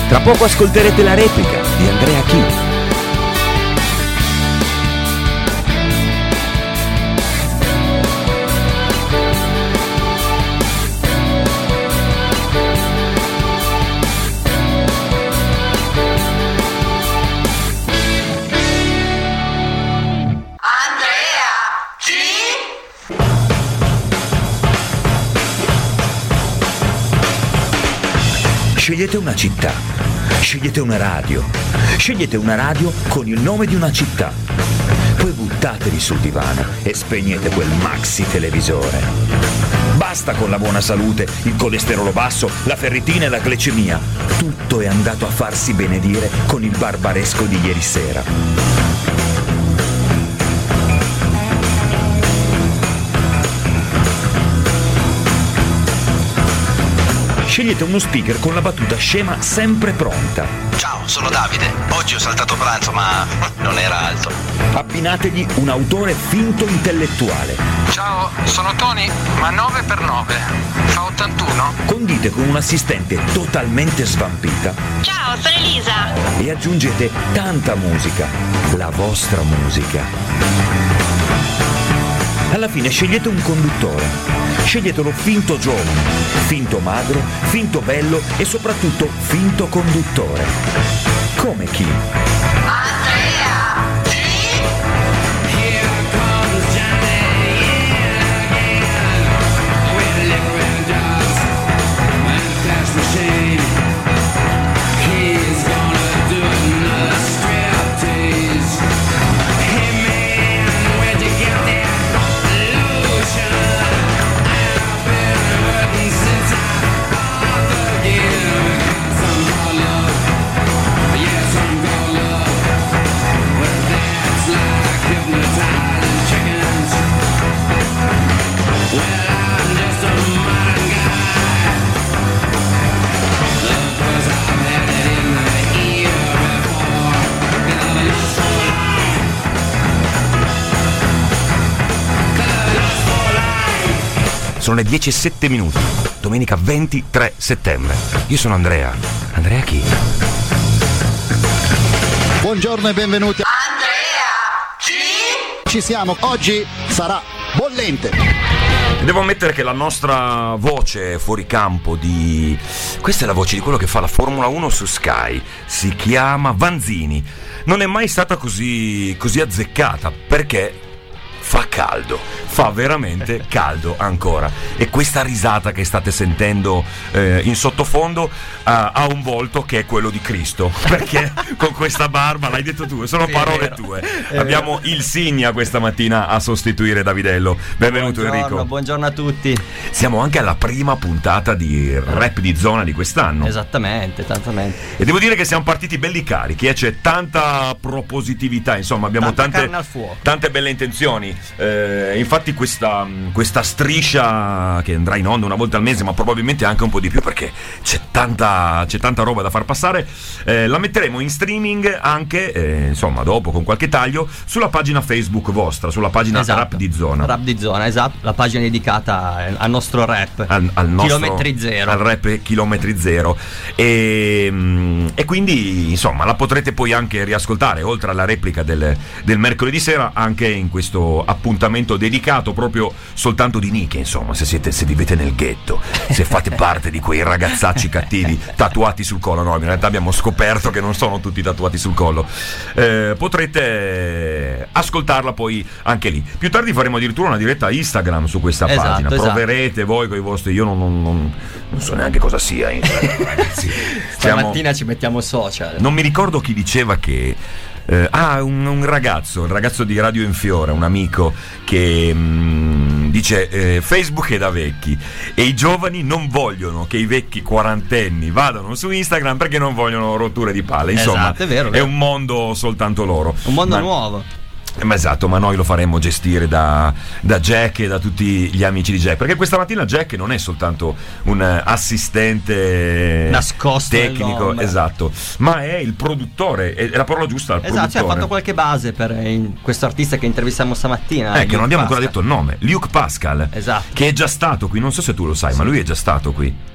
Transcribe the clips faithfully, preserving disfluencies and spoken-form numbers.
Tra poco ascolterete la replica di Andrea Chi. Scegliete una città, scegliete una radio, scegliete una radio con il nome di una città. Poi buttatevi sul divano e spegnete quel maxi televisore. Basta con la buona salute, il colesterolo basso, la ferritina e la glicemia. Tutto è andato a farsi benedire con il barbaresco di ieri sera. Scegliete uno speaker con la battuta scema sempre pronta. Ciao, sono Davide. Oggi ho saltato pranzo, ma non era alto. Abbinategli un autore finto intellettuale. Ciao, sono Tony, ma nove per nove fa ottantuno. Condite con un assistente totalmente svampita. Ciao, sono Elisa. E aggiungete tanta musica, la vostra musica. Alla fine scegliete un conduttore. Sceglietelo finto giovane, finto magro, finto bello e soprattutto finto conduttore. Come chi? Andrea Chi. Sono le dieci e sette minuti, domenica ventitré settembre. Io sono Andrea. Andrea Chi? Buongiorno e benvenuti. Andrea Chi. Ci siamo, oggi sarà bollente. Devo ammettere che la nostra voce fuori campo di... Questa è la voce di quello che fa la Formula uno su Sky. Si chiama Vanzini. Non è mai stata così, così azzeccata, perché... fa caldo, fa veramente caldo ancora. E questa risata che state sentendo eh, in sottofondo ha, ha un volto che è quello di Cristo, perché con questa barba, l'hai detto tu, sono sì, parole tue. Abbiamo il Signa questa mattina a sostituire Davidello. Benvenuto buongiorno, Enrico. Buongiorno a tutti. Siamo anche alla prima puntata di Rap di Zona di quest'anno. Esattamente, esattamente. E devo dire che siamo partiti belli carichi, eh? C'è tanta propositività, insomma abbiamo Tanta tante, tante belle intenzioni. Eh, infatti questa, questa striscia che andrà in onda una volta al mese, ma probabilmente anche un po' di più, perché c'è tanta, c'è tanta roba da far passare, eh, la metteremo in streaming anche, eh, insomma dopo con qualche taglio, sulla pagina Facebook vostra, sulla pagina esatto. Rap di Zona. Rap di Zona, esatto, la pagina dedicata al nostro rap, al, al nostro, chilometri zero, al rap chilometri zero. E, e quindi insomma la potrete poi anche riascoltare, oltre alla replica del, del mercoledì sera, anche in questo appuntamento dedicato proprio soltanto di nicchie, insomma, se siete, se vivete nel ghetto, se fate parte di quei ragazzacci cattivi tatuati sul collo. No, in realtà abbiamo scoperto che non sono tutti tatuati sul collo. Eh, potrete ascoltarla poi anche lì. Più tardi faremo addirittura una diretta Instagram su questa esatto, pagina. esatto. Proverete voi con i vostri, io non, non, non, non so neanche cosa sia Instagram, ragazzi. Stamattina ci mettiamo social. Non mi ricordo chi diceva che Eh, ah, un, un ragazzo, il ragazzo di Radio Enfiore, un amico che mh, dice eh, Facebook è da vecchi e i giovani non vogliono che i vecchi quarantenni vadano su Instagram perché non vogliono rotture di palle. Insomma, esatto, è vero, è vero. un mondo soltanto loro. Un mondo Ma, nuovo. Ma esatto, ma noi lo faremo gestire da, da Jack e da tutti gli amici di Jack, perché questa mattina Jack non è soltanto un assistente nascosto tecnico, esatto, ma è il produttore, è la parola giusta, il esatto, produttore. cioè ha fatto qualche base per in, questo artista che intervistiamo stamattina, eh, che non abbiamo Pascal. ancora detto il nome, Luke Pascal, esatto, che è già stato qui, non so se tu lo sai, sì. Ma lui è già stato qui.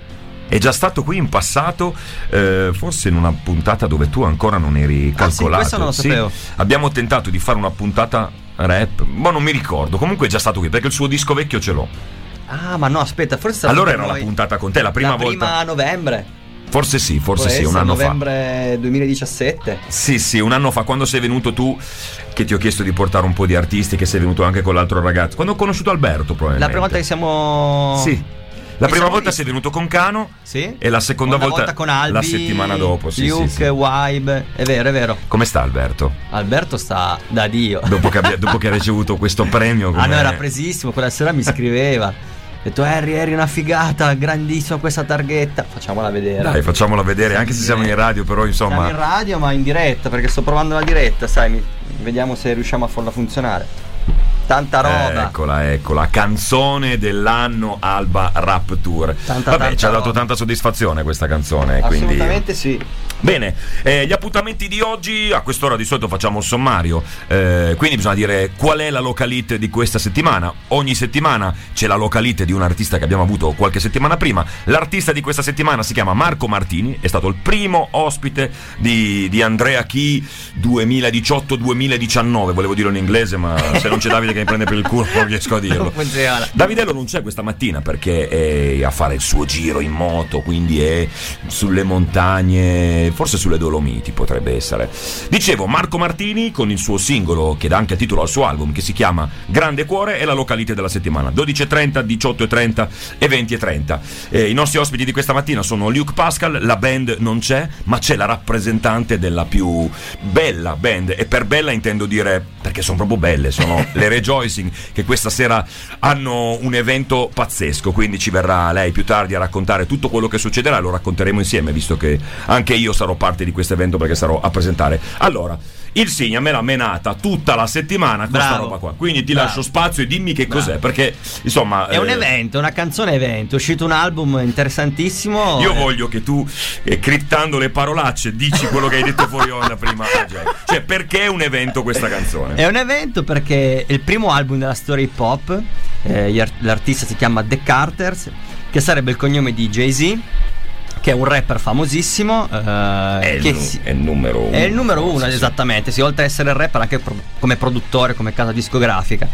È già stato qui in passato, eh, forse in una puntata dove tu ancora non eri calcolato. Ah, sì, questo non lo sapevo. Sì, abbiamo tentato di fare una puntata rap, ma non mi ricordo. Comunque è già stato qui perché il suo disco vecchio ce l'ho. Ah, ma no, aspetta, forse sarà allora era noi... la puntata con te, la prima la volta. prima a novembre. Forse sì, forse Può sì, essere, un anno novembre fa. duemiladiciassette. Sì, sì, un anno fa, quando sei venuto tu, che ti ho chiesto di portare un po' di artisti, che sei venuto anche con l'altro ragazzo. Quando ho conosciuto Alberto, probabilmente. La prima volta che siamo... Sì. La prima volta sei venuto con Cano, sì? E la seconda Una volta, volta con Albi, la settimana dopo, sì, Luke, sì, sì. Vibe, è vero, è vero. Come sta Alberto? Alberto sta da Dio. Dopo che, abbia, dopo che ha ricevuto questo premio, ah, no, com'è? era presissimo, quella sera mi scriveva. Ha detto Harry, eri una figata, grandissima questa targhetta. Facciamola vedere. Dai, facciamola vedere, anche se siamo in radio, però insomma. Siamo in radio, ma in diretta, perché sto provando la diretta, sai, mi... vediamo se riusciamo a farla funzionare. Tanta roba. Eccola, eccola, canzone dell'anno Alba Rap Tour. Tanta, Vabbè, tanta ci ha dato roba. tanta soddisfazione questa canzone. Assolutamente quindi... sì. Bene, eh, gli appuntamenti di oggi, a quest'ora di solito facciamo il sommario, eh, quindi bisogna dire qual è la localite di questa settimana. Ogni settimana c'è la localite di un artista che abbiamo avuto qualche settimana prima. L'artista di questa settimana si chiama Marco Martini, è stato il primo ospite di, di Andrea Chi duemiladiciotto duemiladiciannove, volevo dirlo in inglese, ma se non c'è Davide che mi prende per il culo non riesco a dirlo. Non funziona. Davidello non c'è questa mattina perché è a fare il suo giro in moto, quindi è sulle montagne, forse sulle Dolomiti potrebbe essere. Dicevo, Marco Martini con il suo singolo che dà anche titolo al suo album, che si chiama Grande Cuore, è la localite della settimana. Dodici e trenta, diciotto e trenta e venti e trenta. Eh, I nostri ospiti di questa mattina sono Luke Pascal, la band non c'è, ma c'è la rappresentante della più bella band, e per bella intendo dire perché sono proprio belle, sono le Rejoicing, che questa sera hanno un evento pazzesco, quindi ci verrà lei più tardi a raccontare tutto quello che succederà e lo racconteremo insieme, visto che anche io sarò parte di questo evento perché sarò a presentare. Allora, il Signa me l'ha menata tutta la settimana con questa roba qua, quindi ti Bravo. lascio spazio e dimmi che Bravo. cos'è, perché insomma È un eh, evento, una canzone evento, è uscito un album interessantissimo. io voglio che tu, eh, criptando le parolacce, dici quello che hai detto fuori onda prima. Cioè, perché è un evento questa canzone? È un evento perché è il primo album della storia hip hop, eh, gli art- l'artista si chiama The Carters, che sarebbe il cognome di Jay-Z, che è un rapper famosissimo, eh, È il, che nu- si- è il numero uno. è il numero uno, Sì, sì. esattamente, sì, oltre ad essere il rapper anche pro- come produttore, come casa discografica.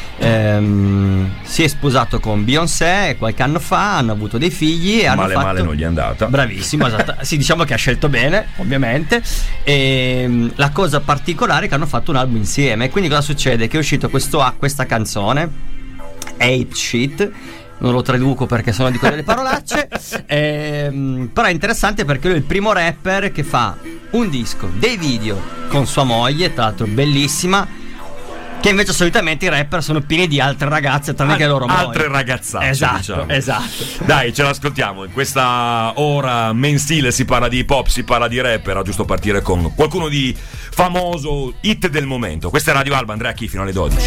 Ehm, si è sposato con Beyoncé qualche anno fa, hanno avuto dei figli e hanno Male fatto... male non gli è andata. Bravissimo, esatto. Sì, diciamo che ha scelto bene, ovviamente. E la cosa particolare è che hanno fatto un album insieme. Quindi cosa succede? Che è uscito questo, questa canzone, Ape Shit. Non lo traduco perché sennò dico delle parolacce. Ehm, però è interessante perché lui è il primo rapper che fa un disco, dei video con sua moglie, tra l'altro bellissima, che invece solitamente i rapper sono pieni di altre ragazze, tranne Al- che loro mogli. altre ragazzacce, Esatto, diciamo. esatto. Dai, ce l'ascoltiamo. In questa ora mensile si parla di hip hop, si parla di rap. Era giusto partire con qualcuno di famoso, hit del momento. Questa è Radio Alba, Andrea Chi fino alle dodici.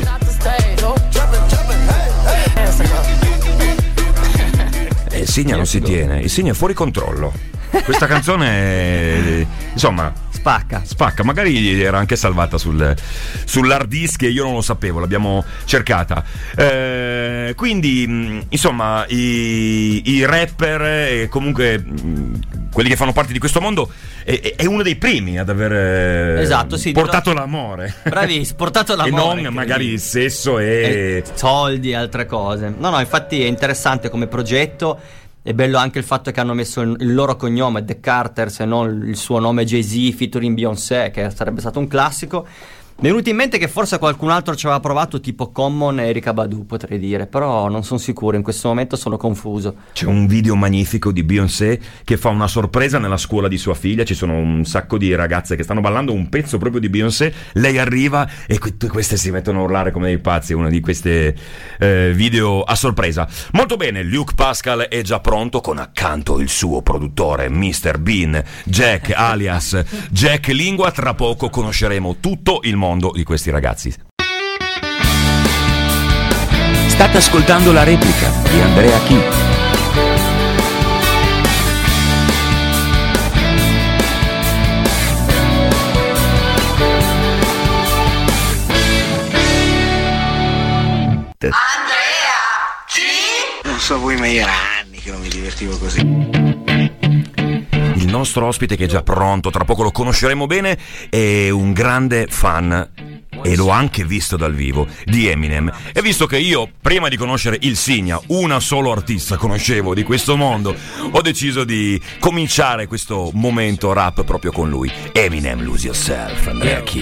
E il Signa non si tiene, il Signa è fuori controllo. Questa canzone è, insomma, Spacca. spacca, magari era anche salvata sul, sull'hard disk e io non lo sapevo, l'abbiamo cercata. Eh, quindi, mh, insomma, i, i rapper e comunque mh, quelli che fanno parte di questo mondo è, è uno dei primi ad aver eh, Esatto, sì, portato l'amore. Bravissimo, portato l'amore. E non incredibile. magari il sesso e... E soldi e altre cose. No, no, infatti è interessante come progetto. È bello anche il fatto che hanno messo il, il loro cognome, The Carters, e non il suo nome Jay-Z featuring Beyoncé, che sarebbe stato un classico. Mi è venuto in mente che forse qualcun altro ci aveva provato, tipo Common e Erykah Badu, potrei dire, però non sono sicuro, in questo momento sono confuso. C'è un video magnifico di Beyoncé che fa una sorpresa nella scuola di sua figlia, ci sono un sacco di ragazze che stanno ballando un pezzo proprio di Beyoncé, lei arriva e que- queste si mettono a urlare come dei pazzi, è uno di questi eh, video a sorpresa. Molto bene, Luke Pascal è già pronto con accanto il suo produttore mister Bean, Jack alias Jack Lingua. Tra poco conosceremo tutto il mondo di questi ragazzi. State ascoltando la replica di Andrea Chi. Andrea G. Non so voi, ma io era anni che che non mi divertivo così. Il nostro ospite, che è già pronto, tra poco lo conosceremo bene, è un grande fan, e l'ho anche visto dal vivo, di Eminem. E visto che io, prima di conoscere il Signa, una solo artista conoscevo di questo mondo, ho deciso di cominciare questo momento rap proprio con lui. Eminem, Lose Yourself, Andrea Key.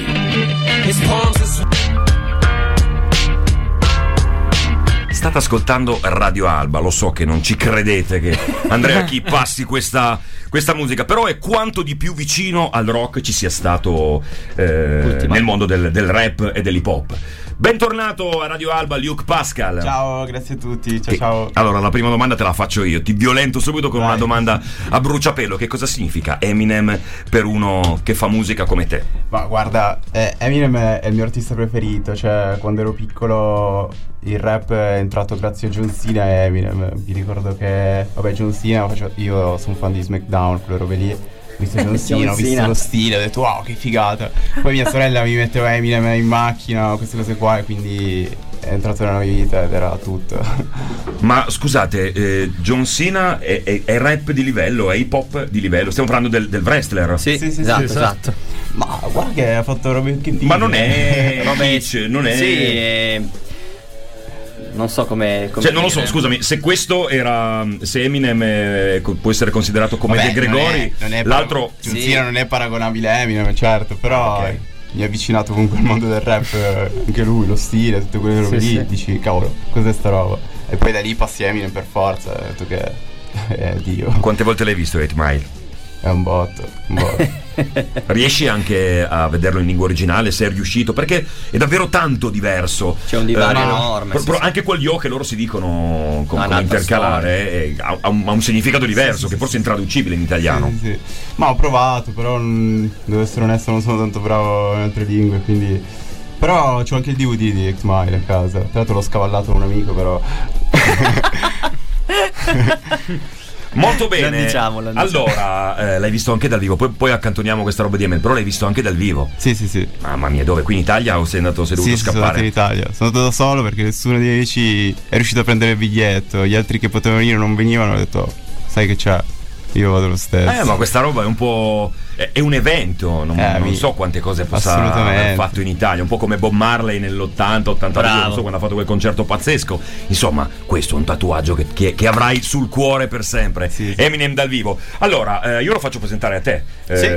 State ascoltando Radio Alba, lo so che non ci credete che Andrea Key passi questa, questa musica, però è quanto di più vicino al rock ci sia stato eh, nel mondo del, del rap e dell'hip hop. Bentornato a Radio Alba, Luke Pascal. Ciao, grazie a tutti. Ciao, che, ciao. Allora, la prima domanda te la faccio io. Ti violento subito con Vai. una domanda a bruciapelo. Che cosa significa Eminem per uno che fa musica come te? Ma guarda, eh, Eminem è, è il mio artista preferito. Cioè, quando ero piccolo il rap è entrato grazie a John Cena e Eminem. Mi ricordo che, vabbè, John Cena, io sono fan di SmackDown, quelle robe lì. Ho visto John Cena, ho visto lo stile, ho detto wow, che figata. Poi mia sorella mi metteva Eminem in macchina, queste cose qua, e quindi è entrato nella mia vita ed era tutto. Ma scusate, eh, John Cena è, è, è rap di livello, è hip hop di livello? Stiamo parlando del, del wrestler? Sì, Sì, sì, esatto, sì, esatto. Ma guarda che ha fatto robe che Ma non è Kitsch, non è... Sì, è... non so come, come Cioè, non lo so, dire. scusami, se questo era, se Eminem è- può essere considerato come Vabbè, De Gregori, non è, non è l'altro... John Sì. Cena non è paragonabile a Eminem, certo, però Ok. mi ha avvicinato comunque al mondo del rap, eh, anche lui, lo stile, tutte quelle robe Sì, lì, sì. dici cavolo, cos'è sta roba? E poi da lì passi a Eminem per forza, ho detto che è Dio, Quante volte l'hai visto eight Mile? è un botto, un botto. Riesci anche a vederlo in lingua originale? Sei riuscito? Perché è davvero tanto diverso. C'è un divario Eh, enorme, pro- sì, pro- sì. anche quegli O che loro si dicono con, Ha con un'altra intercalare eh, ha, ha un, ha un significato diverso, Sì, sì, che sì, forse è sì. intraducibile in italiano. Sì, sì. Ma ho provato, però mm, devo essere onesto, non sono tanto bravo in altre lingue, quindi... Però c'ho anche il D V D di eight Mile a casa. Tra l'altro l'ho scavallato a un amico, però... Molto bene. Non diciamolo, non diciamolo. Allora, eh, l'hai visto anche dal vivo, poi, poi accantoniamo questa roba di Eminem, però l'hai visto anche dal vivo. Sì, sì, sì. Mamma mia, dove? Qui in Italia o sei andato, sei Sì, dovuto sì, sono andato in scappare? Italia. Sono andato da solo perché nessuno dei miei amici è riuscito a prendere il biglietto. Gli altri che potevano venire non venivano. Ho detto, sai che c'è, io vado lo stesso. Eh, ma questa roba è un po'. È, è un evento, non, Eh, non mi- so quante cose possa assolutamente. aver fatto in Italia, un po' come Bob Marley nell'ottanta ottantadue, Bravo. non so quando ha fatto quel concerto pazzesco. Insomma, questo è un tatuaggio che, che- che avrai sul cuore per sempre. Sì, sì. Eminem dal vivo. Allora, eh, io lo faccio presentare a te. Sì.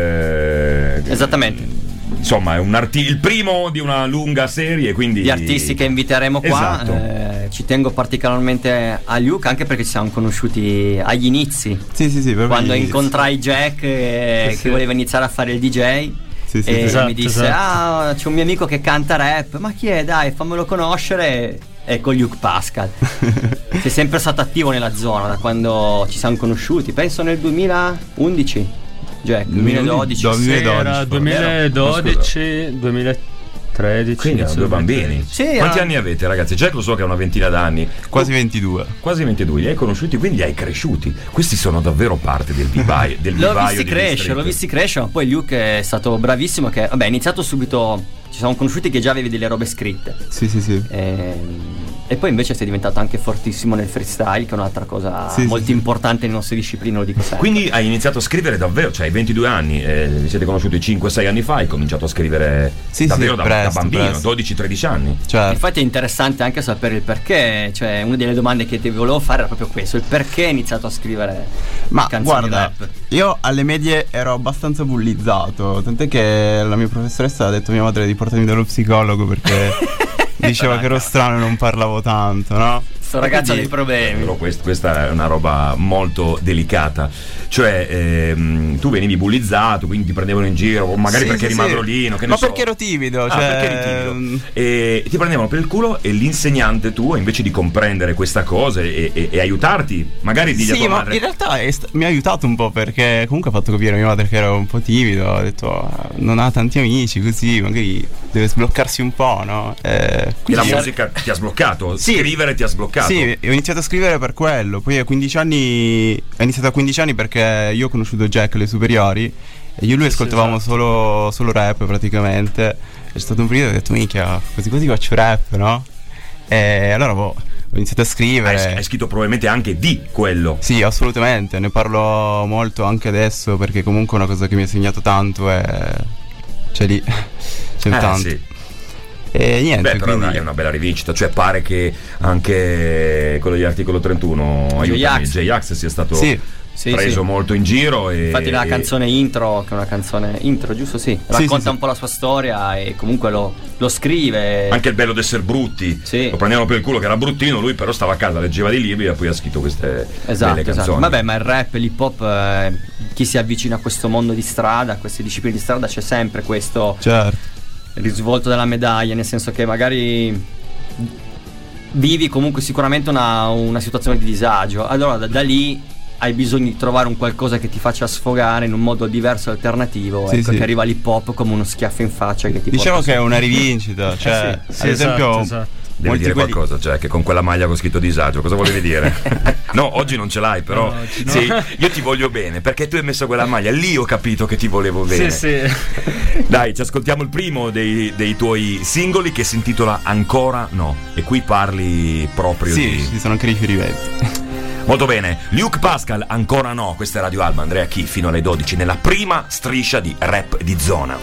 Eh, Esattamente. Insomma, è un arti- il primo di una lunga serie, quindi. Gli artisti che inviteremo qua, Esatto. eh, ci tengo particolarmente a Luke, anche perché ci siamo conosciuti agli inizi, Sì, sì, sì. proprio quando gli- incontrai Jack eh, Sì, che sì. voleva iniziare a fare il D J. Sì, sì, E sì. Esatto, mi disse: esatto. ah, c'è un mio amico che canta rap. Ma chi è? Dai, fammelo conoscere. Ecco Luke Pascal. Sei sempre stato attivo nella zona da quando ci siamo conosciuti, penso nel duemilaundici, Jack, duemiladodici. duemiladodici. Era forse. duemiladodici, duemilatredici. Quindi erano due bambini. Sì, Quanti era- anni avete, ragazzi? Jack lo so che ha una ventina d'anni. Quasi ventidue. Quasi ventidue, li hai conosciuti, quindi li hai cresciuti. Questi sono davvero parte del vivaio. Del L'ho vivaio visti di crescere, District. l'ho visti crescere, ma poi Luke è stato bravissimo che, vabbè, ha iniziato subito, ci siamo conosciuti che già avevi delle robe scritte. Sì, sì, sì. Ehm, E poi invece sei diventato anche fortissimo nel freestyle, che è un'altra cosa Sì, sì, molto sì. importante nelle nostre discipline, lo dico sempre. Quindi hai iniziato a scrivere davvero, cioè hai ventidue anni, eh, vi siete conosciuti cinque sei anni fa, hai cominciato a scrivere Sì, davvero sì, da, presto, da bambino, presto. dodici tredici anni. Cioè, Infatti è interessante anche sapere il perché, cioè una delle domande che ti volevo fare era proprio questo, il perché hai iniziato a scrivere ma canzoni guarda, rap. io alle medie ero abbastanza bullizzato, tant'è che la mia professoressa ha detto a mia madre di portarmi dallo psicologo perché diceva che ero strano e non parlavo tanto, no? Sto ragazzo ha Quindi- dei problemi. Però quest- questa è una roba molto delicata. Cioè, ehm, tu venivi bullizzato, quindi ti prendevano in giro, o magari Sì, perché sì, eri sì. magrolino. Che ne Ma so. perché ero timido, Ah, cioè... perché eri timido. E ti prendevano per il culo e l'insegnante tuo, invece di comprendere questa cosa e, e- e aiutarti, magari digli a Sì, tua ma madre. in realtà è st- mi ha aiutato un po' perché comunque ha fatto capire a mia madre che ero un po' timido. Ha detto "Ah, non ha tanti amici, così magari deve sbloccarsi un po', no?" Eh, E la quindi- musica ti ha sbloccato, Sì. scrivere ti ha sbloccato. Sì, ho iniziato a scrivere per quello. Poi a quindici anni, ho iniziato a quindici anni perché io ho conosciuto Jack alle superiori e io e lui ascoltavamo esatto. solo, solo rap praticamente. È stato un periodo che ho detto minchia, quasi quasi faccio rap, no? E allora boh, ho iniziato a scrivere. Hai, hai scritto probabilmente anche di quello. Sì, assolutamente, ne parlo molto anche adesso, perché comunque è una cosa che mi ha segnato tanto e c'è lì, c'è eh, tanto. Sì. E niente, beh, però quindi... è, una, è una bella rivincita, cioè pare che anche quello di Articolo trentuno, aiutami, J-Ax sia stato sì. Sì, preso sì. molto in giro e, infatti nella canzone intro, che è una canzone intro, giusto? Sì, racconta sì, sì, un po' la sua storia e comunque lo, lo scrive. Anche il bello d'essere brutti, sì. Lo prendiamo per il culo che era bruttino, lui però stava a casa, leggeva dei libri e poi ha scritto queste esatto, belle canzoni. esatto. Vabbè, ma il rap, l'hip hop, eh, chi si avvicina a questo mondo di strada, a queste discipline di strada, c'è sempre questo certo. risvolto della medaglia, nel senso che magari vivi comunque sicuramente una, una situazione di disagio, allora da, da lì hai bisogno di trovare un qualcosa che ti faccia sfogare in un modo diverso e alternativo, sì, ecco sì. che arriva l'hip hop come uno schiaffo in faccia che ti diciamo porta che è su. una rivincita, cioè eh sì, ad sì, esempio esatto, esatto. Devi molti dire quelli... qualcosa, cioè che con quella maglia con scritto disagio, cosa volevi dire? No, oggi non ce l'hai, però no, oggi no. Sì, io ti voglio bene, perché tu hai messo quella maglia, lì ho capito che ti volevo bene. Sì, sì. Dai, ci ascoltiamo il primo dei, dei tuoi singoli che si intitola Ancora No, e qui parli proprio sì, di... ci sono anche riferimenti. Molto bene, Luke Pascal, Ancora No, questa è Radio Alba, Andrea Chi, fino alle dodici, nella prima striscia di rap di zona.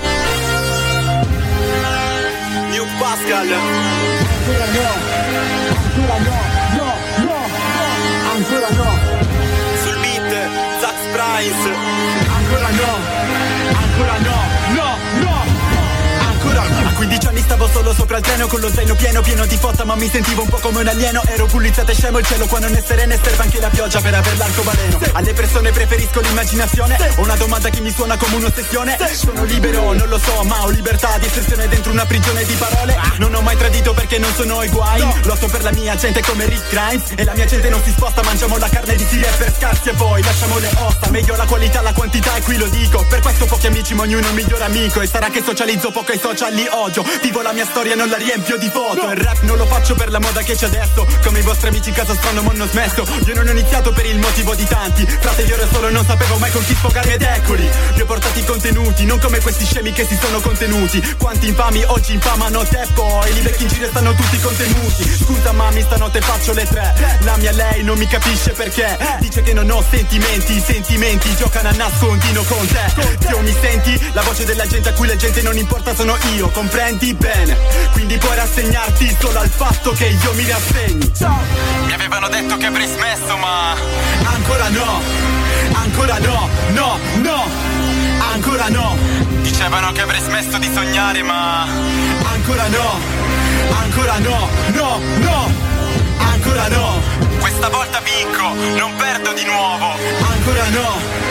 Luke Pascal. Ancora no, ancora no, no, no, ancora no. Sul beat, Zax Price. Ancora no, ancora no, no, no. A quindici anni stavo solo sopra il treno con lo zaino pieno pieno di fotta, ma mi sentivo un po' come un alieno. Ero pullizzato e scemo il cielo qua non è sereno e serve anche la pioggia per aver l'arcobaleno. Alle persone preferisco l'immaginazione. Ho una domanda che mi suona come un'ossessione. Sono libero, non lo so, ma ho libertà di espressione dentro una prigione di parole. Non ho mai tradito perché non sono i guai. Lotto per la mia gente come Rick Grimes e la mia gente non si sposta. Mangiamo la carne di Siria per scarsi e poi lasciamo le ossa. Meglio la qualità, la quantità e qui lo dico. Per questo pochi amici ma ognuno un miglior amico. E sarà che socializzo poco ai social li odio. Vivo la mia storia, non la riempio di foto. Il rap non lo faccio per la moda che c'è adesso. Come i vostri amici in casa stanno ma non smesso. Io non ho iniziato per il motivo di tanti. Frate io ero solo non sapevo mai con chi sfogarmi ed eccoli. Vi ho portato i contenuti, non come questi scemi che si sono contenuti. Quanti infami oggi infamano te poi. Li vecchi in giro stanno tutti contenuti. Scusa mami stanotte faccio le tre. La mia lei non mi capisce perché dice che non ho sentimenti. I sentimenti giocano a nascondino con te. Zio mi senti? La voce della gente a cui la gente non importa sono io. Comprendi bene? Quindi puoi rassegnarti solo al fatto che io mi rassegni. Ciao. Mi avevano detto che avrei smesso ma ancora no. Ancora no. No, no. Ancora no. Dicevano che avrei smesso di sognare ma ancora no. Ancora no. No, no. Ancora no. Questa volta vinco, non perdo di nuovo. Ancora no.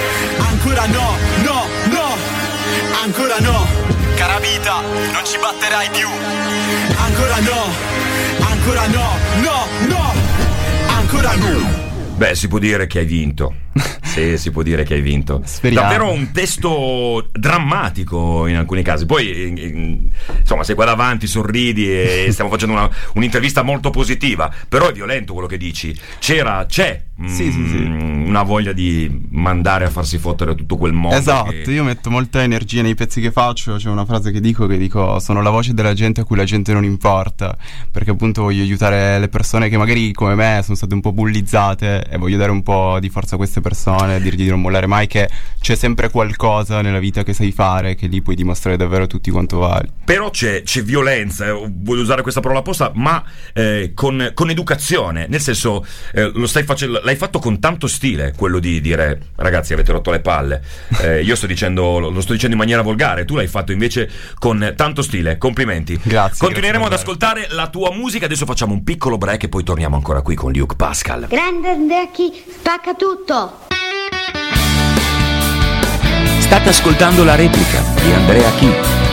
Ancora no. No, no. Ancora no. Cara vita, non ci batterai più. Ancora no. Ancora no. No, no. Ancora no. Beh, si può dire che hai vinto. Sì, si può dire che hai vinto. Speriamo. Davvero un testo drammatico in alcuni casi. Poi, in, insomma, sei qua davanti, sorridi e stiamo facendo una, un'intervista molto positiva. Però è violento quello che dici. C'era, c'è sì, mm, sì, sì. una voglia di mandare a farsi fottere tutto quel mondo. Esatto, che... io metto molta energia nei pezzi che faccio. C'è una frase che dico che dico sono la voce della gente a cui la gente non importa. Perché appunto voglio aiutare le persone che magari come me sono state un po' bullizzate e voglio dare un po' di forza a queste persone, dirgli di non mollare mai, che c'è sempre qualcosa nella vita che sai fare, che lì puoi dimostrare davvero tutti quanto vali. Però c'è, c'è violenza, eh, voglio usare questa parola apposta, ma eh, con, con educazione, nel senso eh, lo stai facendo, l'hai fatto con tanto stile, quello di dire ragazzi avete rotto le palle, eh, io sto dicendo, lo sto dicendo in maniera volgare, tu l'hai fatto invece con tanto stile, complimenti. Grazie. Continueremo grazie ad ascoltare la tua musica, adesso facciamo un piccolo break e poi torniamo ancora qui con Luke Pascal. Grande Andrea Chi, spacca tutto. State ascoltando la replica di Andrea Chi.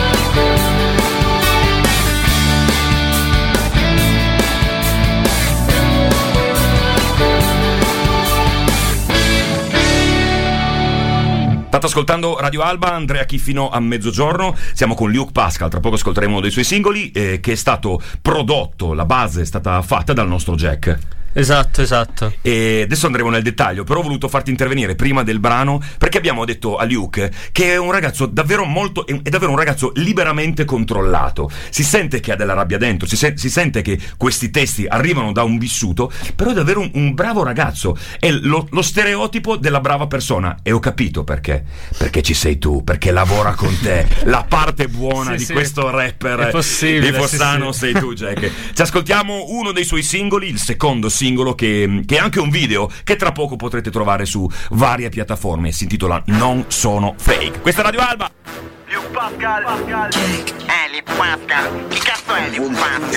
State ascoltando Radio Alba, Andrea Chi fino a mezzogiorno, siamo con Luke Pascal, tra poco ascolteremo uno dei suoi singoli eh, che è stato prodotto, la base è stata fatta dal nostro Jack. Esatto, esatto. E adesso andremo nel dettaglio, però ho voluto farti intervenire prima del brano perché abbiamo detto a Luke che è un ragazzo davvero molto, è davvero un ragazzo liberamente controllato. Si sente che ha della rabbia dentro, si, se, si sente che questi testi arrivano da un vissuto, però è davvero un, un bravo ragazzo, è lo, lo stereotipo della brava persona. E ho capito perché, perché ci sei tu, perché lavora con te, la parte buona sì, di sì, questo rapper di Fossano, sì, sei tu, Jack. Ci ascoltiamo uno dei suoi singoli, il secondo singolo che, che è anche un video che tra poco potrete trovare su varie piattaforme, si intitola Non sono fake. Questa è Radio Alba. Luke Pascal, Pascal. Eh, Luke Pascal. Chi cazzo è Luke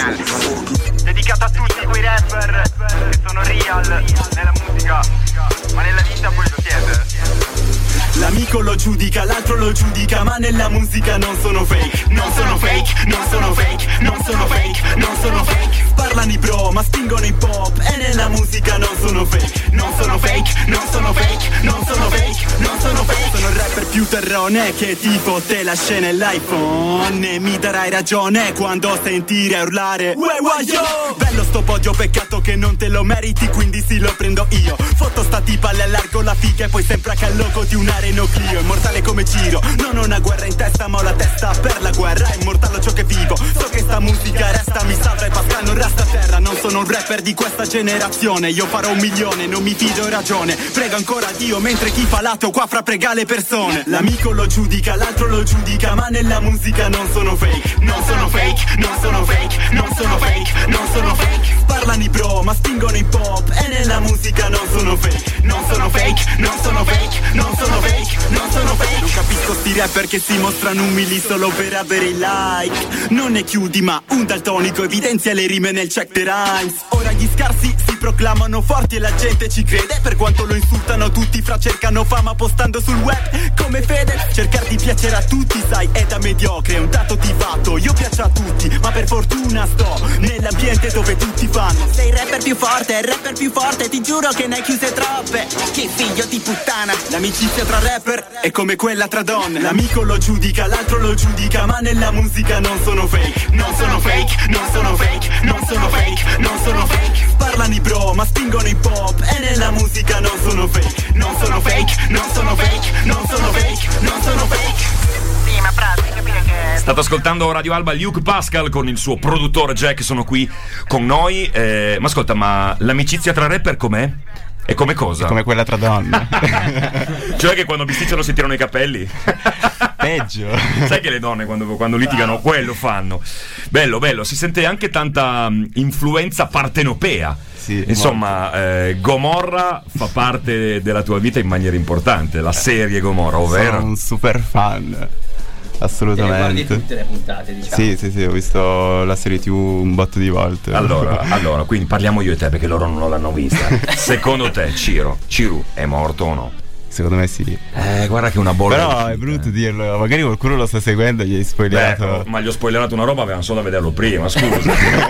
Pascal? Dedicato a tutti quei rapper che sono real nella musica, ma nella vita poi lo siete. L'amico lo giudica, l'altro lo giudica, ma nella musica non sono fake. Non sono fake, non sono fake, non sono fake, non sono fake. Parlano i bro, ma spingono i pop. E nella musica non sono fake. Non sono fake, non sono fake, non sono fake, non sono fake. Sono il rapper più terrone che tipo te la scena e l'iPhone. E mi darai ragione quando sentire urlare Uè guaio! Bello sto podio, peccato che non te lo meriti, quindi sì lo prendo io. Foto sta tipa, le allargo la figa e poi sembra che al logo di una Renault Clio. Immortale come Ciro, non ho una guerra in testa ma ho la testa per la guerra. Immortale ciò che vivo, so che sta musica resta. Mi salva e Pascal non resta a terra. Non sono un rapper di questa generazione, io farò un milione, non mi fido, ho ragione. Prego ancora Dio mentre chi fa lato qua fra prega le persone. L'amico lo giudica, l'altro lo giudica, ma nella musica non sono fake. Non sono fake, non sono fake, non sono fake, non sono fake. Parlano i bro, ma spingono i pop. E nella musica non sono fake. Non sono fake, non sono fake, non sono fake, non sono fake. Non capisco sti rapper che si mostrano umili solo per avere i like. Non ne chiudi ma un daltonico evidenzia le rime nel check the rhymes. Ora gli scarsi si proclamano forti e la gente ci crede. Per quanto lo insultano tutti fra cercano fama postando sul web come Fede. Cercare di piacere a tutti sai è da mediocre, è un dato di fatto. Io piaccio a tutti ma per fortuna sto nell'ambiente dove tutti fanno. Sei il rapper più forte, il rapper più forte, ti giuro che ne hai chiuse troppe. Che figlio di puttana. L'amicizia tra rapper è come quella tra donne. L'amico lo giudica, l'altro lo giudica, ma nella musica non sono fake. Non sono fake, non sono fake, non sono fake, non sono fake. Parlano i bro, ma spingono i pop. E nella musica non sono fake. Non sono fake, non sono fake, non sono fake, non sono fake. Sì, ma frate, capire che... State ascoltando Radio Alba, Luke Pascal con il suo produttore Jack sono qui con noi. Eh, ma ascolta, ma l'amicizia tra rapper com'è? E come cosa? È come quella tra donne. Cioè che quando bisticciano si tirano i capelli? Peggio. Sai che le donne quando, quando litigano quello fanno. Bello, bello, si sente anche tanta um, influenza partenopea. Sì, insomma, eh, Gomorra fa parte della tua vita in maniera importante, la serie Gomorra, ovvero? Sono un super fan. Assolutamente. E le guardi tutte le puntate, diciamo. Sì, sì, sì, ho visto la serie tivù un botto di volte. Allora, allora, quindi parliamo io e te perché loro non l'hanno vista. Secondo te Ciro, Ciru è morto o no? Secondo me sì. Eh, guarda che una bolla. Però è brutto dirlo, magari qualcuno lo sta seguendo e gli hai spoilerato. Beh, ma gli ho spoilerato una roba, avevano solo da vederlo prima, scusa.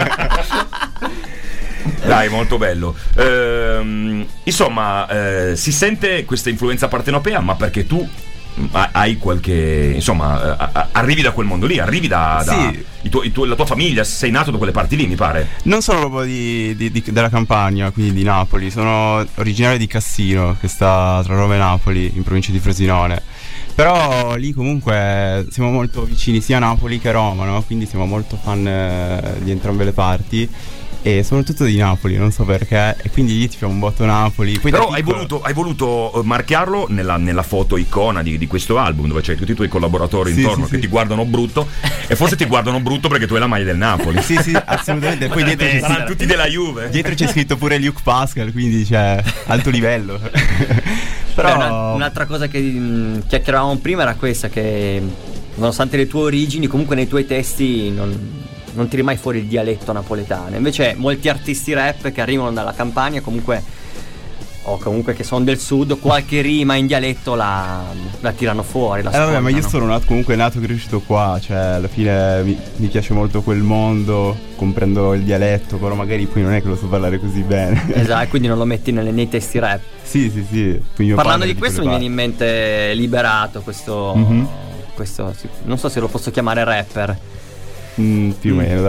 Dai, molto bello. Ehm, insomma, eh, si sente questa influenza partenopea, ma perché tu hai qualche, insomma, arrivi da quel mondo lì, arrivi da, da sì. i tu, i tu, la tua famiglia, sei nato da quelle parti lì, mi pare. Non sono proprio di, di, di, della Campania, quindi di Napoli, sono originario di Cassino, che sta tra Roma e Napoli, in provincia di Frosinone. Però lì comunque siamo molto vicini sia a Napoli che a Roma, no? Quindi siamo molto fan eh, di entrambe le parti. E soprattutto di Napoli, non so perché. E quindi lì ti fa un botto Napoli. Poi però piccolo... hai voluto, hai voluto marchiarlo nella, nella foto icona di, di questo album, dove c'hai tutti i tuoi collaboratori sì, intorno sì, che sì. ti guardano brutto. E forse ti guardano brutto perché tu hai la maglia del Napoli. Sì, sì, assolutamente. Poi dietro c'è saranno tutti della Juve. Dietro c'è scritto pure Luke Pascal, quindi c'è alto livello. Però Beh, una, un'altra cosa che mh, chiacchieravamo prima era questa, che nonostante le tue origini, comunque nei tuoi testi non non tiri mai fuori il dialetto napoletano. Invece molti artisti rap che arrivano dalla Campania comunque, o comunque che sono del sud, qualche rima in dialetto la, la tirano fuori, la eh vabbè, ma io scontano. sono nato, comunque nato e cresciuto qua. Cioè alla fine mi, mi piace molto quel mondo, comprendo il dialetto, però magari poi non è che lo so parlare così bene. Esatto, quindi non lo metti nelle, nei testi rap. Sì, sì, sì. Parlando di questo mi viene in mente Liberato, questo, mm-hmm. questo non so se lo posso chiamare rapper. Mm, più o meno, mm. dai.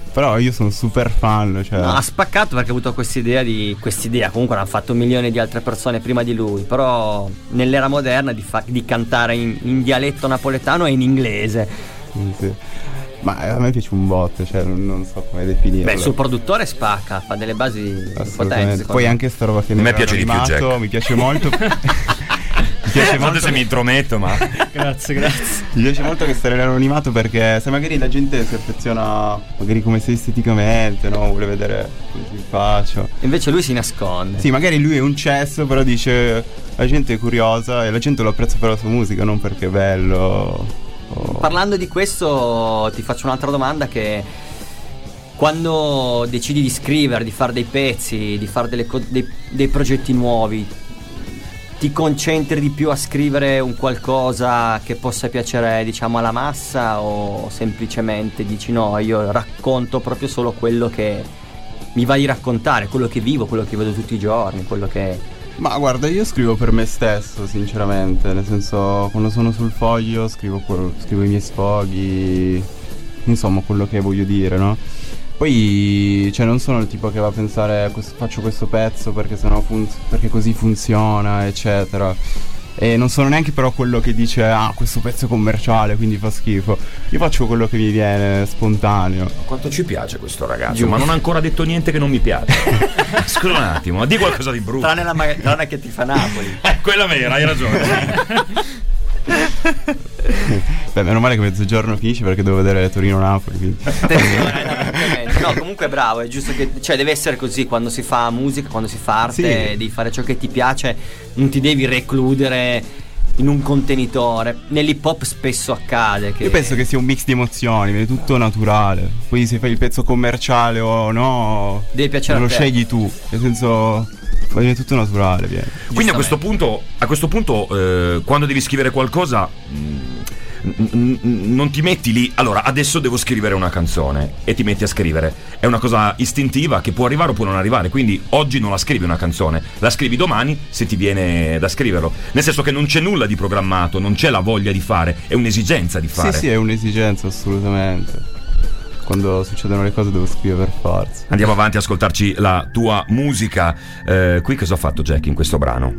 Però io sono super fan, cioè. No, ha spaccato perché ha avuto quest'idea di quest'idea, comunque l'hanno fatto milioni di altre persone prima di lui, però nell'era moderna di, fa- di cantare in, in dialetto napoletano e in inglese. Sì, sì. Ma a me piace un botto, cioè non, non so come definirlo. Beh, il suo produttore spacca, fa delle basi potenti. Poi anche sta roba che a me piace di più, Jack. Mi piace molto. Mi piace molto se mi intrometto, ma grazie, grazie. Mi piace molto che sta nell'anonimato, perché se magari la gente si affeziona magari come sei esteticamente, no? Vuole vedere come si faccia. Invece lui si nasconde. Sì, magari lui è un cesso, però dice la gente è curiosa e la gente lo apprezza per la sua musica, non perché è bello. Oh. Parlando di questo, ti faccio un'altra domanda, che quando decidi di scrivere, di fare dei pezzi, di fare delle co- dei, dei progetti nuovi, ti concentri di più a scrivere un qualcosa che possa piacere, diciamo, alla massa, o semplicemente dici no, io racconto proprio solo quello che mi va di raccontare, quello che vivo, quello che vedo tutti i giorni, quello che... Ma guarda, io scrivo per me stesso, sinceramente, nel senso, quando sono sul foglio scrivo, scrivo i miei sfoghi, insomma, quello che voglio dire, no? Poi, cioè, non sono il tipo che va a pensare faccio questo pezzo perché sennò fun- perché così funziona, eccetera. E non sono neanche però quello che dice ah, questo pezzo è commerciale, quindi fa schifo. Io faccio quello che mi viene spontaneo. Quanto ci piace questo ragazzo, Giù. Ma non ha ancora detto niente che non mi piace. Scusa un attimo, di qualcosa di brutto. Tranne la Madonna che ti fa Napoli. Eh, quella vera, hai ragione. Beh, meno male che mezzogiorno finisce, perché devo vedere Torino-Napoli. No, comunque è bravo, è giusto che, cioè, deve essere così quando si fa musica, quando si fa arte, sì. Devi fare ciò che ti piace, non ti devi recludere in un contenitore. Nell'hip hop spesso accade che... Io penso che sia un mix di emozioni, è tutto naturale. Poi se fai il pezzo commerciale o no, devi piacere, non a lo te. Scegli tu, nel senso... è tutto naturale, viene. Quindi a questo punto, a questo punto eh, quando devi scrivere qualcosa mh, n- n- non ti metti lì, allora adesso devo scrivere una canzone, e ti metti a scrivere. È una cosa istintiva che può arrivare o può non arrivare. Quindi oggi non la scrivi una canzone, la scrivi domani se ti viene da scriverlo. Nel senso che non c'è nulla di programmato, non c'è la voglia di fare, è un'esigenza di fare. Sì, sì, è un'esigenza, assolutamente. Quando succedono le cose devo scrivere per forza. Andiamo avanti a ascoltarci la tua musica. Eh, qui cosa ha fatto Jack in questo brano?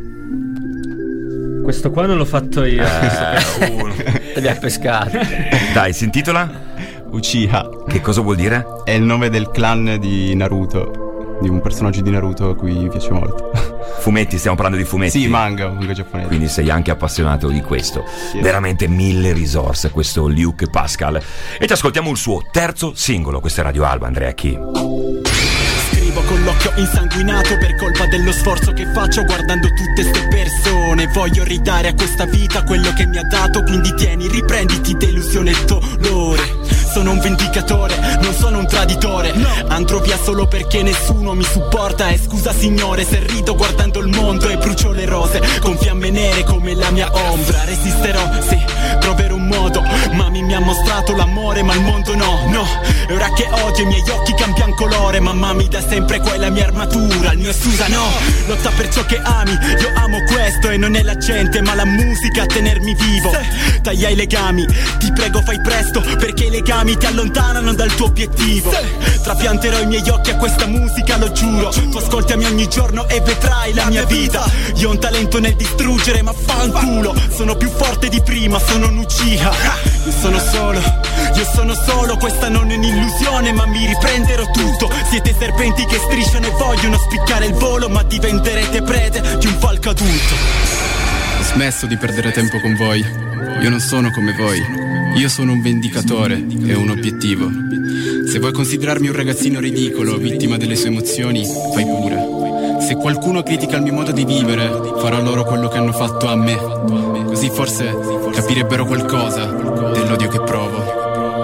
Questo qua non l'ho fatto io. Eh, uh. Te li ha pescati. Dai, si intitola Uchiha. Che cosa vuol dire? È il nome del clan di Naruto, di un personaggio di Naruto a cui mi piace molto. Fumetti, stiamo parlando di fumetti? Sì, manga, manga giapponese. Quindi sei anche appassionato di questo. Sì. Veramente mille risorse questo Luke Pascal. E ti ascoltiamo il suo terzo singolo. Questa è Radio Alba, Andrea Chi. Scrivo con l'occhio insanguinato per colpa dello sforzo che faccio guardando tutte ste persone. Voglio ridare a questa vita quello che mi ha dato, quindi tieni, riprenditi delusione e dolore. Sono un vendicatore, non sono un traditore. Andrò via solo perché nessuno mi supporta. E scusa signore se rido guardando il mondo e brucio le rose con fiamme nere come la mia ombra. Resisterò, sì, troverò un modo. Mami mi ha mostrato l'amore ma il mondo no, no. E ora che odio i miei occhi cambiano colore, mamma mi dà sempre qua è la mia armatura, il mio scusa no. Lotta per ciò che ami, io amo questo e non è la gente ma la musica a tenermi vivo. Taglia i legami, ti prego fai presto perché i legami ti allontanano dal tuo obiettivo. Trapianterò i miei occhi a questa musica, lo giuro. Tu ascoltami ogni giorno e vedrai la mia vita. Io ho un talento nel distruggere ma fanculo. Sono più forte di prima, sono un Uchiha. Io sono solo, io sono solo. Questa non è un'illusione ma mi riprenderò tutto. Siete serpenti che strisciano e vogliono spiccare il volo, ma diventerete prede di un falco adulto. Ho smesso di perdere tempo con voi. Io non sono come voi. Io sono un vendicatore e un obiettivo. Se vuoi considerarmi un ragazzino ridicolo, vittima delle sue emozioni, fai pure. Se qualcuno critica il mio modo di vivere, farò loro quello che hanno fatto a me. Così forse capirebbero qualcosa dell'odio che provo.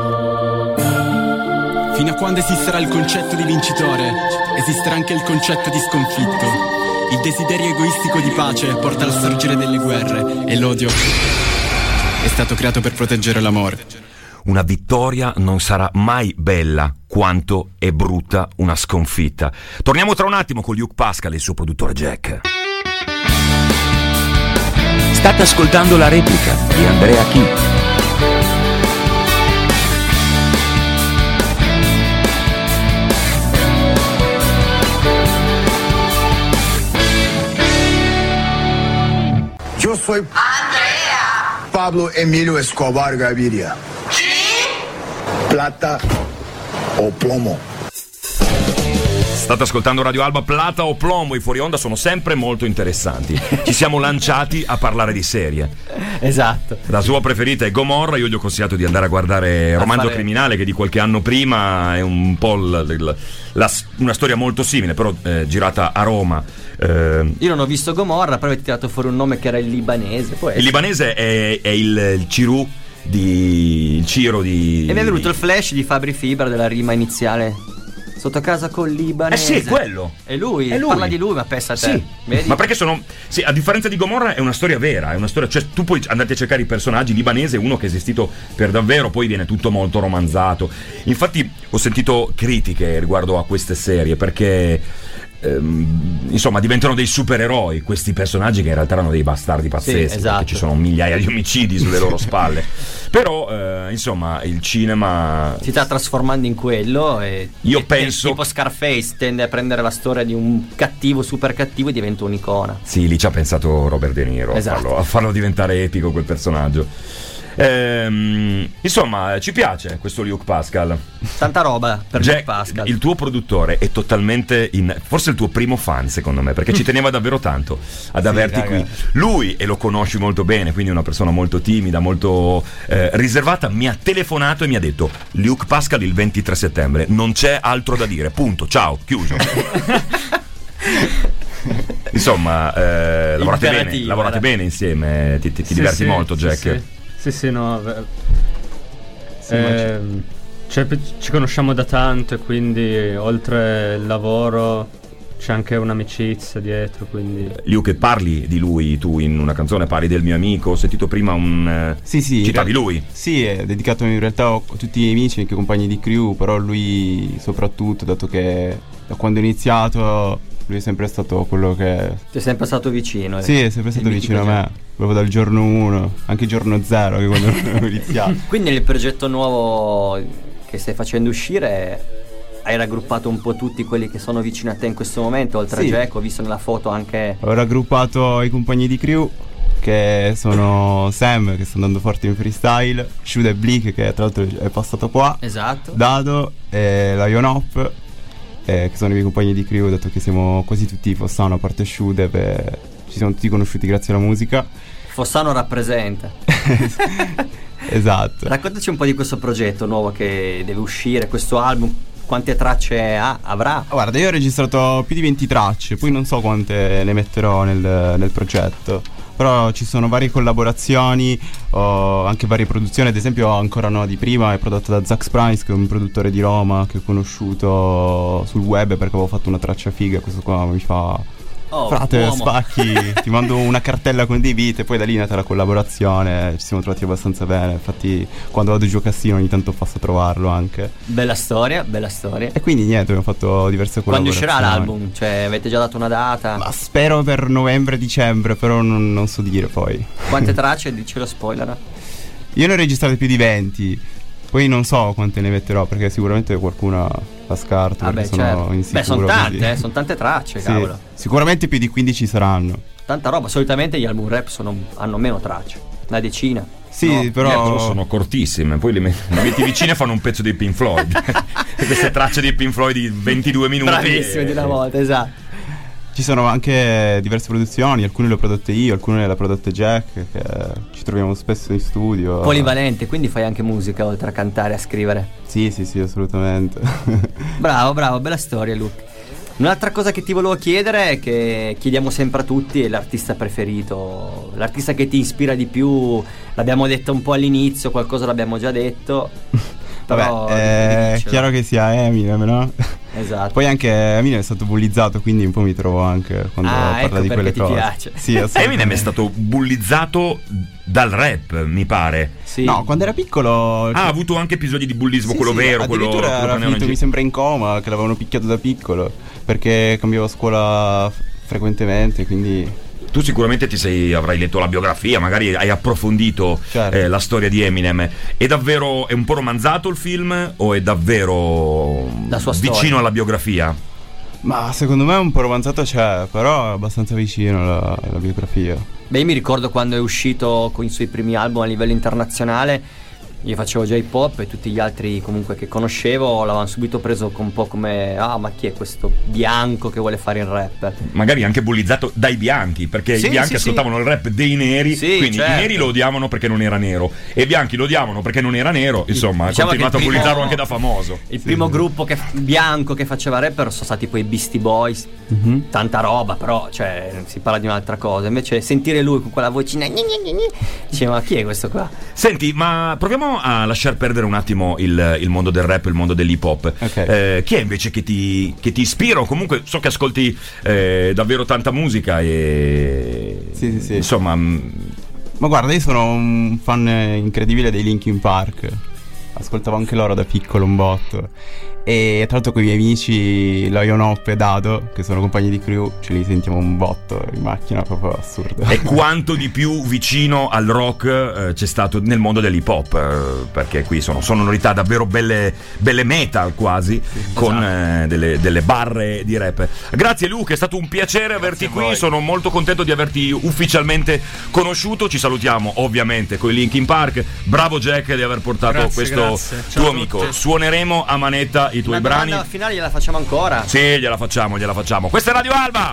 Fino a quando esisterà il concetto di vincitore, esisterà anche il concetto di sconfitto. Il desiderio egoistico di pace porta al sorgere delle guerre e l'odio è stato creato per proteggere l'amore. Una vittoria non sarà mai bella quanto è brutta una sconfitta. Torniamo tra un attimo con Luke Pascal e il suo produttore Jack. State ascoltando La Replica di Andrea Chi. soy Andrea Pablo Emilio Escobar Gaviria. Plata o plomo. State ascoltando Radio Alba. Plata o plomo, i fuori onda sono sempre molto interessanti. Ci siamo lanciati a parlare di serie. Esatto. La sua preferita è Gomorra. Io gli ho consigliato di andare a guardare a Romanzo fare... Criminale, che di qualche anno prima è un po' la, la, la, una storia molto simile, però eh, girata a Roma. Eh, Io non ho visto Gomorra, però avete tirato fuori un nome che era il libanese. Può il libanese è, è il, il Cirù di il Ciro di. E mi è venuto il flash di Fabri Fibra della rima iniziale. Sotto casa col libanese. Eh sì, quello. È lui, è lui. Parla di lui, ma pensa a te. Sì. Vedi? Ma perché sono. Sì, a differenza di Gomorra è una storia vera, è una storia. Cioè, tu puoi andare a cercare i personaggi. Libanese è uno che è esistito per davvero, poi viene tutto molto romanzato. Infatti, ho sentito critiche riguardo a queste serie, perché. Ehm, insomma, diventano dei supereroi questi personaggi che in realtà erano dei bastardi pazzeschi, sì, esatto. perché ci sono migliaia di omicidi sulle loro spalle. Però eh, insomma il cinema si sta trasformando in quello e io e, penso e tipo Scarface tende a prendere la storia di un cattivo super cattivo e diventa un'icona. Sì, lì ci ha pensato Robert De Niro, esatto. a, farlo, a farlo diventare epico quel personaggio. Ehm, insomma, ci piace questo Luke Pascal. Tanta roba per Jack, Luke Pascal. Il tuo produttore è totalmente in. Forse il tuo primo fan, secondo me, perché ci teneva davvero tanto ad sì, averti raga. qui. Lui, e lo conosci molto bene, quindi è una persona molto timida, molto eh, riservata, mi ha telefonato e mi ha detto: Luke Pascal il ventitré settembre, non c'è altro da dire, punto, ciao, chiuso. Insomma, eh, lavorate bene, lavorate bene insieme, ti, ti, ti sì, diverti sì, molto, Jack. Sì, sì. Sì, sì, no. Sì, eh, cioè, ci conosciamo da tanto e quindi oltre il lavoro c'è anche un'amicizia dietro, quindi. Luke, parli di lui tu in una canzone, parli del mio amico. Ho sentito prima un. Sì, sì. Citavi lui? Sì, è dedicato in realtà a tutti i miei amici, anche compagni di crew, però lui soprattutto, dato che da quando ho iniziato lui è sempre stato quello che. Ti è sempre stato vicino. Sì, è sempre stato vicino a me. Proprio dal giorno uno, anche il giorno zero, che quando ho iniziato. Quindi nel progetto nuovo che stai facendo uscire hai raggruppato un po' tutti quelli che sono vicini a te in questo momento, oltre sì. a Jack, ho visto nella foto anche. Ho raggruppato i compagni di crew, che sono Sam, che sta andando forte in freestyle, Shuda e Bleak, che tra l'altro è passato qua. Esatto. Dado e Lion Hop, eh, che sono i miei compagni di crew, dato che siamo quasi tutti Fossano, a parte Shuda, per... ci siamo tutti conosciuti grazie alla musica. Fossano rappresenta. Esatto. Raccontaci un po' di questo progetto nuovo che deve uscire, questo album. Quante tracce ha, avrà? Guarda, io ho registrato più di venti tracce, poi non so quante ne metterò nel, nel progetto. Però ci sono varie collaborazioni, ho anche varie produzioni. Ad esempio Ancora No di prima è prodotto da Zax Price, che è un produttore di Roma che ho conosciuto sul web perché avevo fatto una traccia figa. Questo qua mi fa: oh, frate, uomo. Spacchi, ti mando una cartella con dei beat. E poi da lì è nata la collaborazione, ci siamo trovati abbastanza bene. Infatti quando vado giù a Cassino ogni tanto passo a trovarlo anche. Bella storia, bella storia. E quindi niente, abbiamo fatto diverse collaborazioni. Quando uscirà l'album? Cioè avete già dato una data? Ma spero per novembre-dicembre, però non, non so dire poi. Quante tracce? Dicelo, spoiler. Io ne ho registrate più di venti. Poi non so quante ne metterò, perché sicuramente qualcuna la scarto, ah perché beh, sono certo. insicuro. Beh, sono tante, eh, sono tante tracce, sì, cavolo. Sicuramente più di quindici saranno. Tanta roba, solitamente gli album rap sono, hanno meno tracce, una decina. Sì, no? però... però sono cortissime. Poi le metti, le metti vicine e fanno un pezzo dei Pink Floyd. Queste tracce dei Pink Floyd di ventidue minuti. Bravissimo, e... di una volta, esatto. Ci sono anche diverse produzioni, alcune le ho prodotte io, alcune le ha prodotte Jack, che ci troviamo spesso in studio. Polivalente, quindi fai anche musica oltre a cantare e a scrivere. Sì, sì, sì, assolutamente. Bravo, bravo, bella storia, Luke. Un'altra cosa che ti volevo chiedere è che chiediamo sempre a tutti è l'artista preferito, l'artista che ti ispira di più. L'abbiamo detto un po' all'inizio, qualcosa l'abbiamo già detto. Però vabbè, è chiaro che sia Eminem, no? Esatto. Poi anche Eminem è stato bullizzato, quindi un po' mi trovo anche quando ah, parla ecco di quelle ti cose. Piace. Sì, Eminem è stato bullizzato dal rap, mi pare. Sì. No, quando era piccolo. Ah, ha avuto anche episodi di bullismo, sì, quello sì, vero, quello. Addirittura era finito, mi sembra, in coma, che l'avevano picchiato da piccolo perché cambiava scuola f- frequentemente, quindi. Tu sicuramente ti sei, avrai letto la biografia, magari hai approfondito, certo, eh, la storia di Eminem. È davvero, è un po' romanzato il film o è davvero la sua vicino storia. alla biografia? Ma secondo me un po' romanzato c'è, però è abbastanza vicino alla, alla biografia. Beh, io mi ricordo quando è uscito con i suoi primi album a livello internazionale. Io facevo già hip hop e tutti gli altri comunque che conoscevo l'avevano subito preso un po' come ah, ma chi è questo bianco che vuole fare il rap? Magari anche bullizzato dai bianchi, perché sì, i bianchi sì, ascoltavano sì. il rap dei neri, sì, quindi certo. i neri lo odiavano perché non era nero e i bianchi lo odiavano perché non era nero. Insomma, diciamo ha continuato a primo, bullizzarlo anche da famoso. Il sì. primo gruppo che, bianco che faceva rap sono stati poi i Beastie Boys. Mm-hmm. Tanta roba, però cioè si parla di un'altra cosa. Invece sentire lui con quella vocina diceva ma chi è questo qua? Senti, ma proviamo a lasciar perdere un attimo il, il mondo del rap, il mondo dell'hip hop. Okay. Eh, chi è invece che ti, che ti ispira? O comunque so che ascolti eh, davvero tanta musica e sì, sì, sì. Insomma, ma guarda, io sono un fan incredibile dei Linkin Park. Ascoltavo anche loro da piccolo un botto. E tra l'altro con i miei amici Lion Hop e Dado, che sono compagni di crew, ce li sentiamo un botto in macchina, proprio assurdo. E quanto di più vicino al rock eh, c'è stato nel mondo dell'hip hop, eh, perché qui sono sonorità davvero belle, belle metal quasi, sì, con esatto. eh, delle, delle barre di rap. Grazie Luca, è stato un piacere averti qui, sono molto contento di averti ufficialmente conosciuto. Ci salutiamo ovviamente con i Linkin Park. Bravo Jack di aver portato grazie, questo grazie. Ciao tuo a amico. tutti. Suoneremo a manetta i tuoi Una brani. alla finale gliela facciamo ancora? Sì, gliela facciamo, gliela facciamo. Questa è Radio Alba.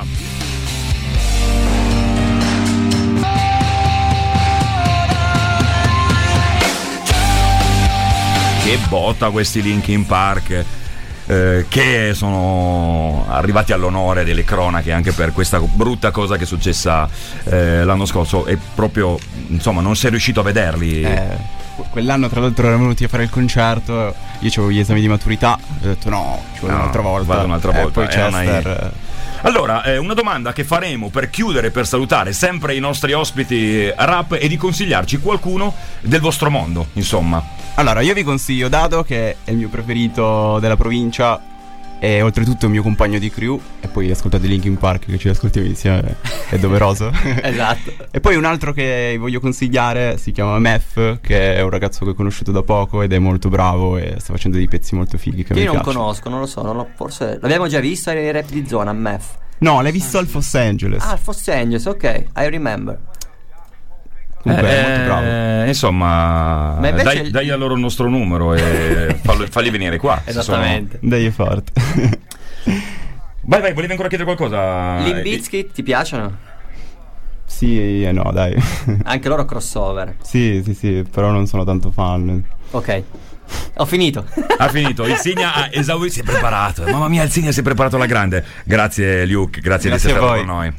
Che botta questi Linkin Park, eh, che sono arrivati all'onore delle cronache anche per questa brutta cosa che è successa eh, l'anno scorso. E proprio, insomma, non sei riuscito a vederli. Eh. Quell'anno tra l'altro erano venuti a fare il concerto, io avevo gli esami di maturità, ho detto no, ci vuole no, un'altra volta. Vado un'altra volta. Eh, poi Chester... Hai... Allora, eh, una domanda che faremo per chiudere, per salutare sempre i nostri ospiti rap, e di consigliarci qualcuno del vostro mondo, insomma. Allora, io vi consiglio Dado, che è il mio preferito della provincia e oltretutto il mio compagno di crew. E poi ascoltate Linkin Park, che ci ascoltiamo insieme, è doveroso. Esatto. E poi un altro che voglio consigliare si chiama Meth, che è un ragazzo che ho conosciuto da poco ed è molto bravo e sta facendo dei pezzi molto fighi che io mi non piacciono. conosco, non lo so, non lo, forse l'abbiamo già visto ai rap di zona, Meth. No, l'hai visto al Los Angeles. Ah, al Los Angeles, ok, I remember. Comunque eh, è molto bravo. Insomma, dai, il... dai a loro il nostro numero e fallo, fagli venire qua. Esattamente. Sono... Dai, è forte. Vai, vai, volevi ancora chiedere qualcosa? Limp Bizkit, ti piacciono? Sì e no, dai. Anche loro crossover. Sì, sì, sì, però non sono tanto fan. Ok. Ho finito. Ha finito. Il Signa ha esaurito. Si è preparato. Mamma mia, il Signa si è preparato alla grande. Grazie Luke, grazie, grazie di essere stato con noi.